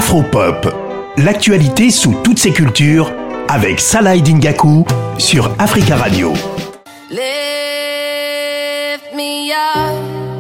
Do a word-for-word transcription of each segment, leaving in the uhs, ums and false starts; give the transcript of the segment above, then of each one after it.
Afropop, l'actualité sous toutes ses cultures avec Salah Dingaku sur Africa Radio. Lift me up,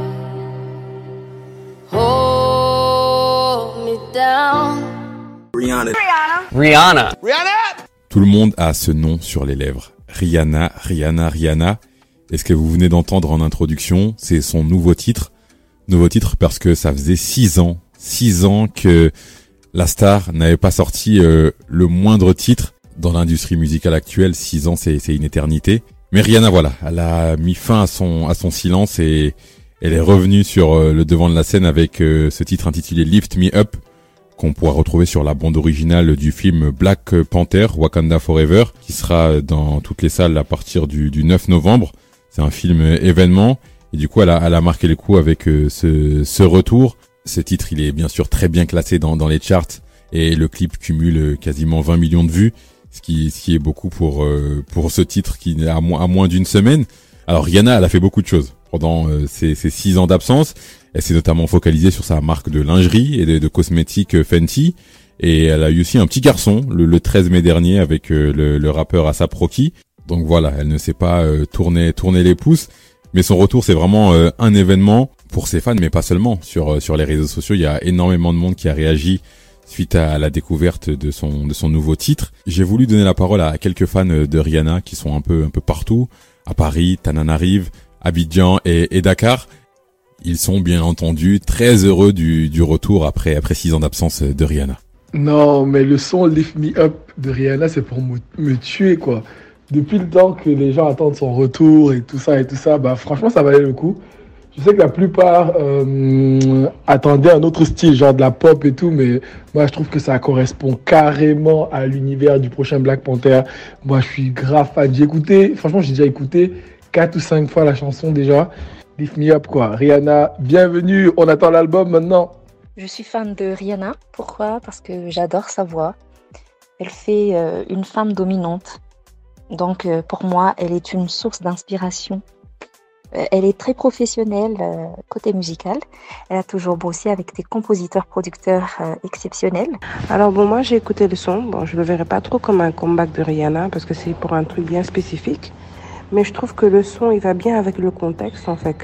hold me down. Rihanna. Rihanna. Rihanna. Tout le monde a ce nom sur les lèvres. Rihanna, Rihanna, Rihanna. Et ce que vous venez d'entendre en introduction, c'est son nouveau titre. Nouveau titre parce que ça faisait six ans, six ans que la star n'avait pas sorti euh, le moindre titre dans l'industrie musicale actuelle. Six ans, c'est, c'est une éternité. Mais Rihanna, voilà, elle a mis fin à son à son silence et elle est revenue sur euh, le devant de la scène avec euh, ce titre intitulé Lift Me Up, qu'on pourra retrouver sur la bande originale du film Black Panther, Wakanda Forever, qui sera dans toutes les salles à partir du, du neuf novembre. C'est un film événement. Et du coup, elle a, elle a marqué le coup avec euh, ce, ce retour. Ce titre, il est bien sûr très bien classé dans, dans les charts et le clip cumule quasiment vingt millions de vues, ce qui, ce qui est beaucoup pour euh, pour ce titre qui est à, mo- à moins d'une semaine. Alors Rihanna, elle a fait beaucoup de choses pendant euh, ces, ces six ans d'absence. Elle s'est notamment focalisée sur sa marque de lingerie et de, de cosmétiques Fenty. Et elle a eu aussi un petit garçon le, le treize mai dernier avec euh, le, le rappeur A$ap Rocky. Donc voilà, elle ne s'est pas euh, tourner tourner les pouces. Mais son retour, c'est vraiment euh, un événement pour ses fans, mais pas seulement. Sur euh, sur les réseaux sociaux, il y a énormément de monde qui a réagi suite à la découverte de son de son nouveau titre. J'ai voulu donner la parole à quelques fans de Rihanna qui sont un peu un peu partout, à Paris, Tananarive, Abidjan et, et Dakar. Ils sont bien entendu très heureux du du retour après après six ans d'absence de Rihanna. Non, mais le son Lift Me Up de Rihanna, c'est pour me, me tuer, quoi. Depuis le temps que les gens attendent son retour et tout ça et tout ça, bah franchement ça valait le coup. Je sais que la plupart euh, attendaient un autre style, genre de la pop et tout, mais moi je trouve que ça correspond carrément à l'univers du prochain Black Panther. Moi je suis grave fan. J'ai écouté, franchement j'ai déjà écouté quatre ou cinq fois la chanson déjà. Lift Me Up quoi. Rihanna, bienvenue, on attend l'album maintenant. Je suis fan de Rihanna. Pourquoi ? Parce que j'adore sa voix. Elle fait euh, une femme dominante. Donc, euh, pour moi, elle est une source d'inspiration. Euh, elle est très professionnelle euh, côté musical. Elle a toujours bossé avec des compositeurs-producteurs euh, exceptionnels. Alors bon, moi j'ai écouté le son. Bon, je le verrai pas trop comme un comeback de Rihanna parce que c'est pour un truc bien spécifique. Mais je trouve que le son, il va bien avec le contexte en fait.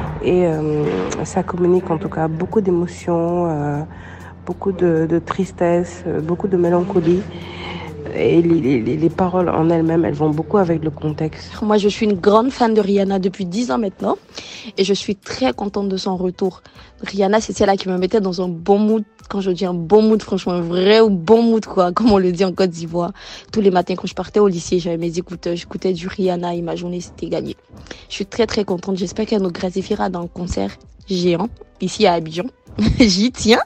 Et euh, ça communique en tout cas beaucoup d'émotions, euh, beaucoup de, de tristesse, euh, beaucoup de mélancolie. Et les, les, les paroles en elles-mêmes, elles vont beaucoup avec le contexte. Moi, je suis une grande fan de Rihanna depuis dix ans maintenant. Et je suis très contente de son retour. Rihanna, c'est celle-là qui me mettait dans un bon mood. Quand je dis un bon mood, franchement, un vrai ou bon mood, quoi. Comme on le dit en Côte d'Ivoire. Tous les matins, quand je partais au lycée, j'avais mes écouteurs. J'écoutais du Rihanna et ma journée, c'était gagné. Je suis très, très contente. J'espère qu'elle nous gratifiera d'un concert géant, ici à Abidjan. J'y tiens.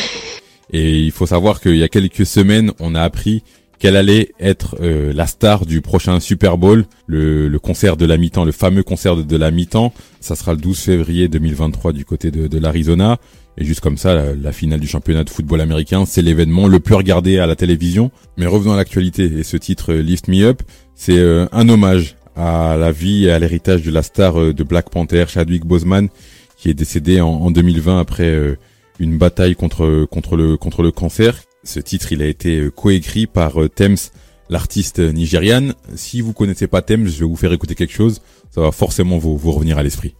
Et il faut savoir qu'il y a quelques semaines, on a appris qu'elle allait être euh, la star du prochain Super Bowl, le, le concert de la mi-temps, le fameux concert de, de la mi-temps. Ça sera le douze février deux mille vingt-trois du côté de, de l'Arizona. Et juste comme ça, la, la finale du championnat de football américain, c'est l'événement le plus regardé à la télévision. Mais revenons à l'actualité. Et ce titre, Lift Me Up, c'est euh, un hommage à la vie et à l'héritage de la star euh, de Black Panther, Chadwick Boseman, qui est décédé en, en deux mille vingt après euh, une bataille contre contre le contre le cancer. Ce titre, il a été coécrit par Tems, l'artiste nigériane. Si vous connaissez pas Tems, je vais vous faire écouter quelque chose. Ça va forcément vous, vous revenir à l'esprit.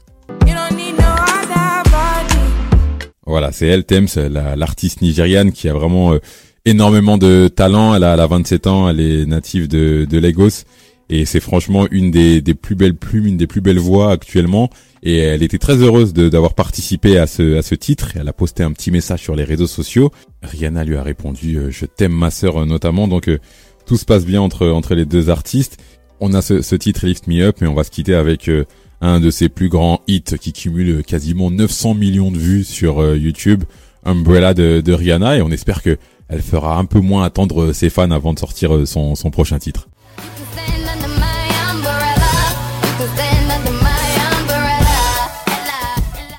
Voilà, c'est elle, Tems, la, l'artiste nigériane qui a vraiment euh, énormément de talent. Elle a, elle a vingt-sept ans, elle est native de, de Lagos. Et c'est franchement une des, des plus belles plumes, une des plus belles voix actuellement. Et elle était très heureuse de, d'avoir participé à ce, à ce titre. Elle a posté un petit message sur les réseaux sociaux. Rihanna lui a répondu euh, « Je t'aime ma sœur » euh, notamment. Donc euh, tout se passe bien entre, entre les deux artistes. On a ce, ce titre Lift Me Up, mais on va se quitter avec euh, un de ses plus grands hits qui cumule quasiment neuf cents millions de vues sur euh, YouTube, Umbrella de, de Rihanna. Et on espère que elle fera un peu moins attendre ses fans avant de sortir euh, son, son prochain titre. Stand